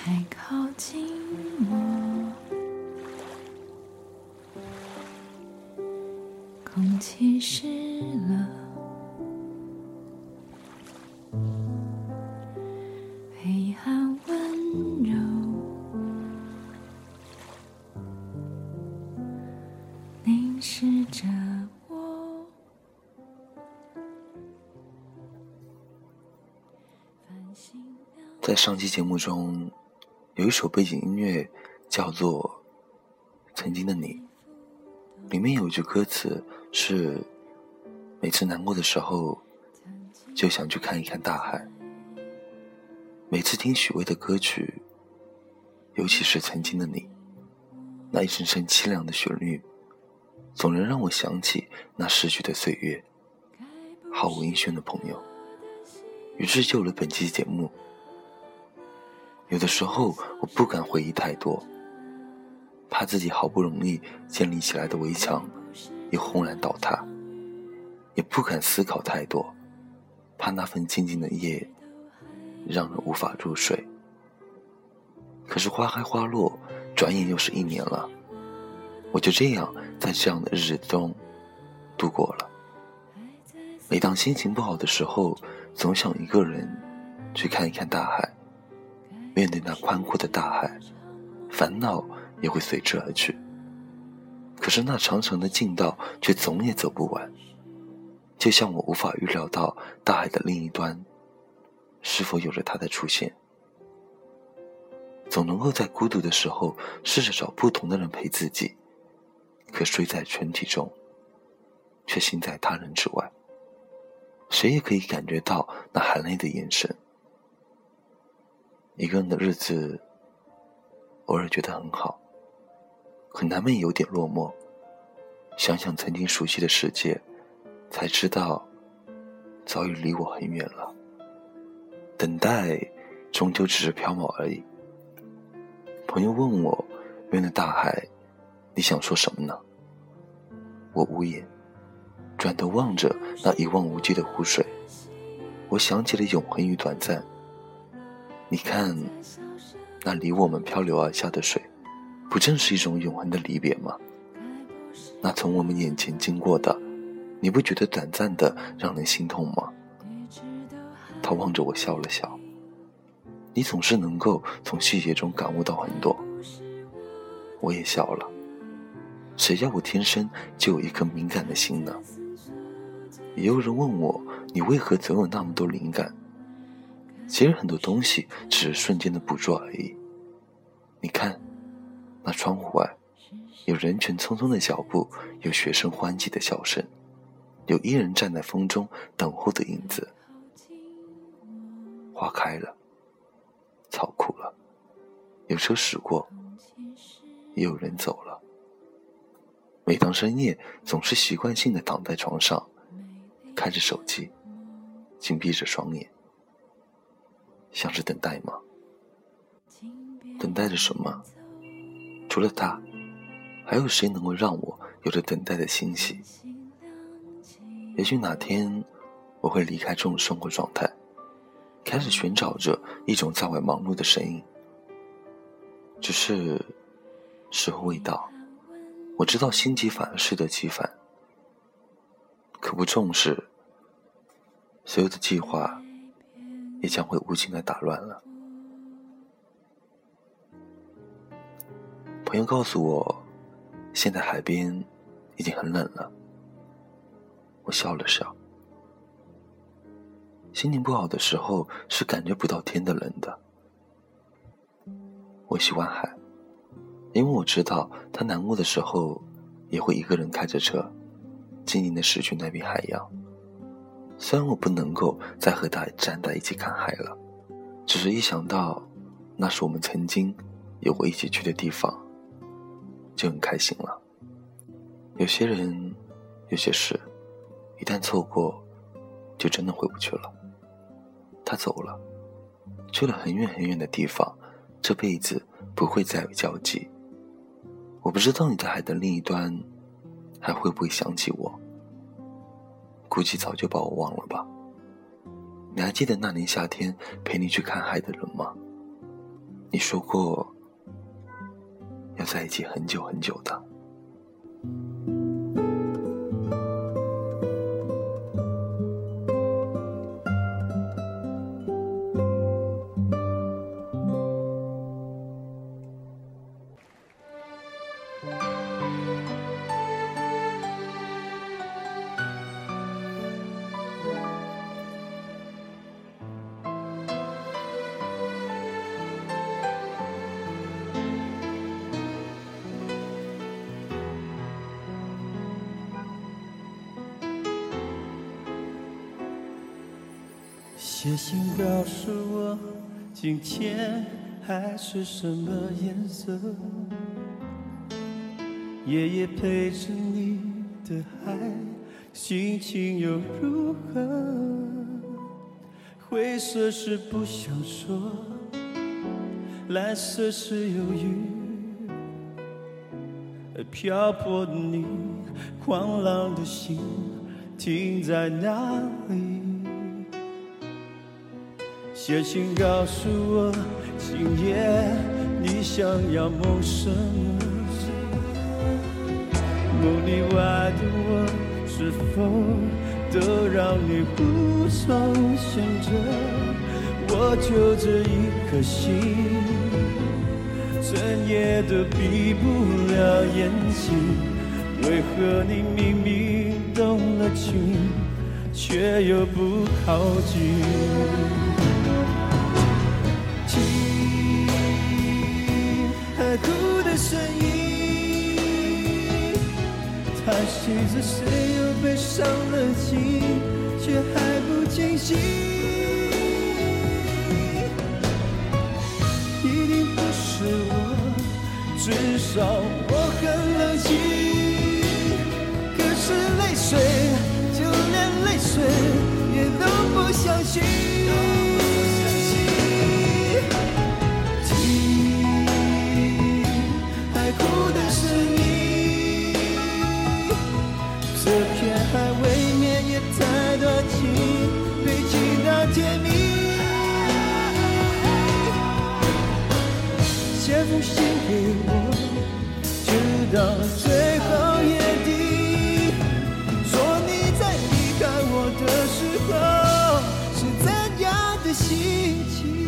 太靠近我，空气湿了，黑暗温柔，凝视着我。 在上期节目中，有一首背景音乐叫做《曾经的你》，里面有一句歌词是：每次难过的时候，就想去看一看大海。每次听许巍的歌曲，尤其是《曾经的你》，那一声声凄凉的旋律，总能让我想起那逝去的岁月，毫无音讯的朋友。于是就有了本期节目。有的时候我不敢回忆太多，怕自己好不容易建立起来的围墙又轰然倒塌，也不敢思考太多，怕那份静静的夜让人无法入睡。可是花开花落，转眼又是1年了，我就这样在这样的日子中度过了。每当心情不好的时候，总想一个人去看一看大海，面对那宽阔的大海，烦恼也会随之而去。可是那长长的径道却总也走不完，就像我无法预料到大海的另一端是否有着他的出现。总能够在孤独的时候试着找不同的人陪自己，可睡在群体中，却心在他人之外，谁也可以感觉到那含泪的眼神。一个人的日子偶尔觉得很好，可难免有点落寞。想想曾经熟悉的世界，才知道早已离我很远了。等待终究只是缥缈而已。朋友问我，面对大海，你想说什么呢？我无言，转头望着那一望无际的湖水，我想起了永恒与短暂。你看，那离我们漂流而下的水，不正是一种永恒的离别吗？那从我们眼前经过的，你不觉得短暂的让人心痛吗？他望着我笑了笑。你总是能够从细节中感悟到很多。我也笑了。谁叫我天生就有一颗敏感的心呢？也有人问我，你为何总有那么多灵感？其实很多东西只是瞬间的捕捉而已。你看，那窗户外有人群匆匆的脚步，有学生欢喜的笑声，有一人站在风中等候的影子。花开了，草枯了，有车驶过，也有人走了。每当深夜，总是习惯性的躺在床上，开着手机，紧闭着双眼，像是等待吗？等待着什么？除了他，还有谁能够让我有着等待的欣喜？也许哪天我会离开这种生活状态，开始寻找着一种在外忙碌的身影。只是时候未到，我知道心急反而适得其反，可不重视，所有的计划也将会无情地打乱了。朋友告诉我，现在海边已经很冷了。我笑了笑。心情不好的时候是感觉不到天的冷的。我喜欢海，因为我知道他难过的时候也会一个人开着车，静静地驶去那片海洋。虽然我不能够再和他站在一起看海了，只是一想到那是我们曾经有过一起去的地方，就很开心了。有些人，有些事，一旦错过，就真的回不去了。他走了，去了很远很远的地方，这辈子不会再有交集。我不知道你在海的另一端还会不会想起我，估计早就把我忘了吧。你还记得那年夏天陪你去看海的人吗？ 你说过要在一起很久很久的。 写信告诉我，今天海是什么颜色？夜夜陪着你的海，心情又如何？灰色是不想说，蓝色是犹豫，而漂泊的你，狂浪的心停在哪里？写信告诉我，今夜你想要梦什么？梦里外的我，是否都让你无从选择？我就这一颗心，整夜都闭不了眼睛。为何你明明动了情，却又不靠近？海哭的声音，叹息着谁又被伤了心，却还不清醒。一定不是我，至少我很冷静。可是泪水，就连泪水也都不相信。海未免也太短情，对情到甜蜜。写封信给我，直到最后眼底，说你在离开我的时候是怎样的心情。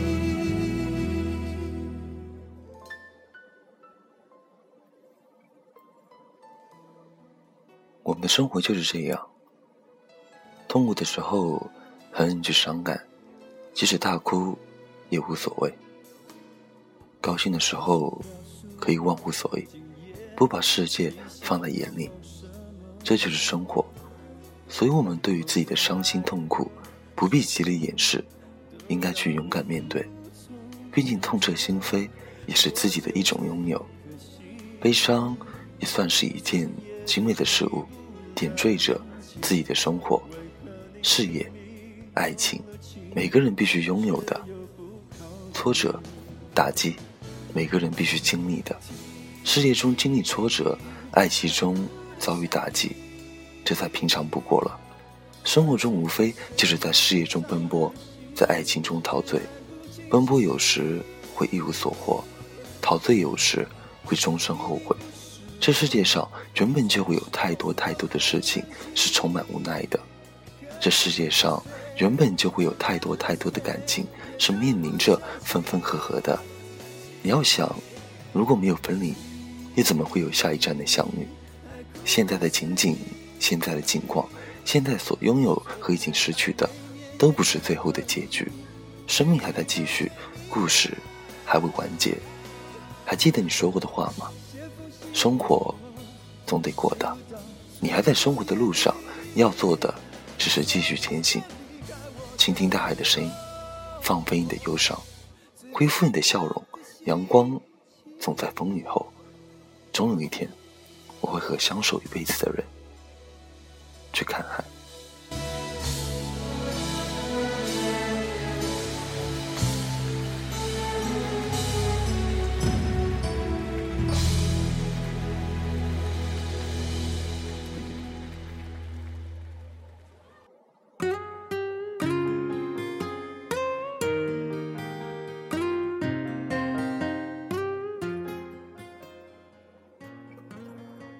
我们的生活就是这样，痛苦的时候很忍去伤感，即使大哭也无所谓；高兴的时候可以忘乎所以，不把世界放在眼里。这就是生活，所以我们对于自己的伤心痛苦不必极力掩饰，应该去勇敢面对。毕竟痛彻心扉也是自己的一种拥有，悲伤也算是一件精美的事物，点缀着自己的生活、事业、爱情，每个人必须拥有的；挫折、打击，每个人必须经历的。事业中经历挫折，爱情中遭遇打击，这再平常不过了。生活中无非就是在事业中奔波，在爱情中陶醉。奔波有时会一无所获，陶醉有时会终身后悔。这世界上原本就会有太多太多的事情是充满无奈的，这世界上原本就会有太多太多的感情是面临着分分合合的。你要想，如果没有分离，又怎么会有下一站的相遇？现在的情景，现在的境况，现在所拥有和已经失去的，都不是最后的结局。生命还在继续，故事还未完结。还记得你说过的话吗？生活总得过的，你还在生活的路上，要做的只是继续前行。倾听大海的声音，放飞你的忧伤，恢复你的笑容。阳光总在风雨后，终有一天，我会和相守一辈子的人去看海。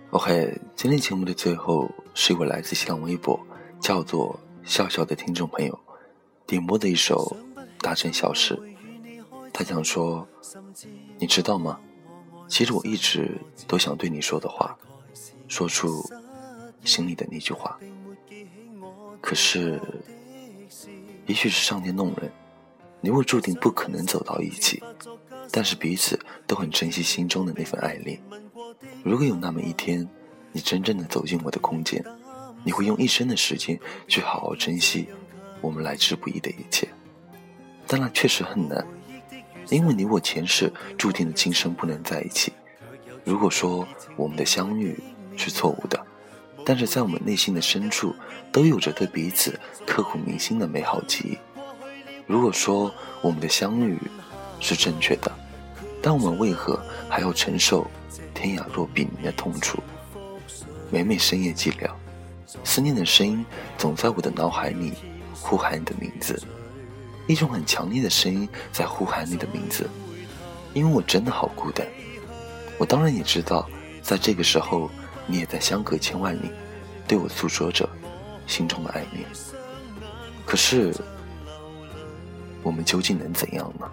OK， 今天节目的最后是一位来自新浪微博叫做笑笑的听众朋友点播的一首大城小事。他想说，你知道吗，其实我一直都想对你说的话，说出心里的那句话，可是也许是上天弄人，你我注定不可能走到一起，但是彼此都很珍惜心中的那份爱恋。如果有那么一天，你真正的走进我的空间，你会用一生的时间去好好珍惜我们来之不易的一切。但那确实很难，因为你我前世注定的今生不能在一起。如果说我们的相遇是错误的，但是在我们内心的深处都有着对彼此刻骨铭心的美好记忆。如果说我们的相遇是正确的，但我们为何还要承受天涯若比邻的痛楚？每每深夜寂寥，思念的声音总在我的脑海里呼喊你的名字，一种很强烈的声音在呼喊你的名字，因为我真的好孤单。我当然也知道，在这个时候你也在相隔千万里对我诉说着心中的爱恋。可是我们究竟能怎样呢？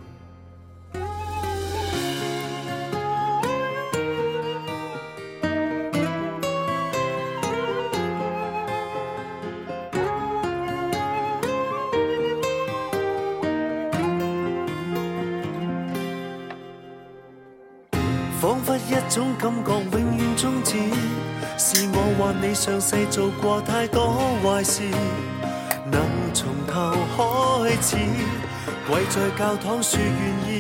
仿佛一種感覺永遠終止，是我或你上世做過太多壞事，能從頭開始，跪在教堂說願意。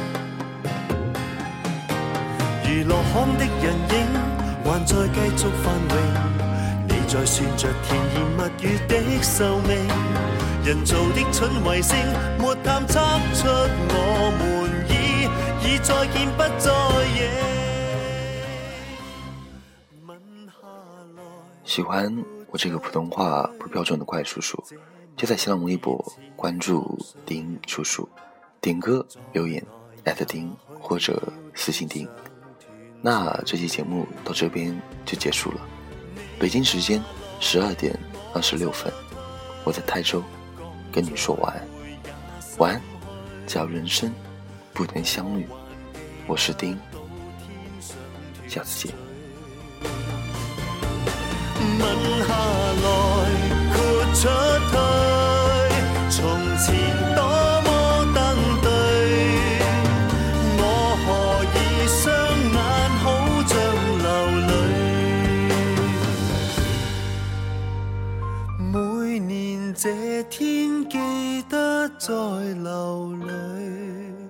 如落空的人影，還在繼續繁榮，你在算着甜言蜜語的壽命，人造的蠢衛星，沒探測出我們已再見不再認。 喜欢我这个普通话不标准的怪叔叔，就在新浪微博关注丁叔叔，点歌留言丁或者私信丁。那这期节目到这边就结束了，北京时间12点26分，我在台州跟你说晚安。晚安，假如人生不能相遇，我是丁，下次见。 問下來豁出去，從前多麼登對，我何以雙眼好像流淚，每年這天記得再流淚。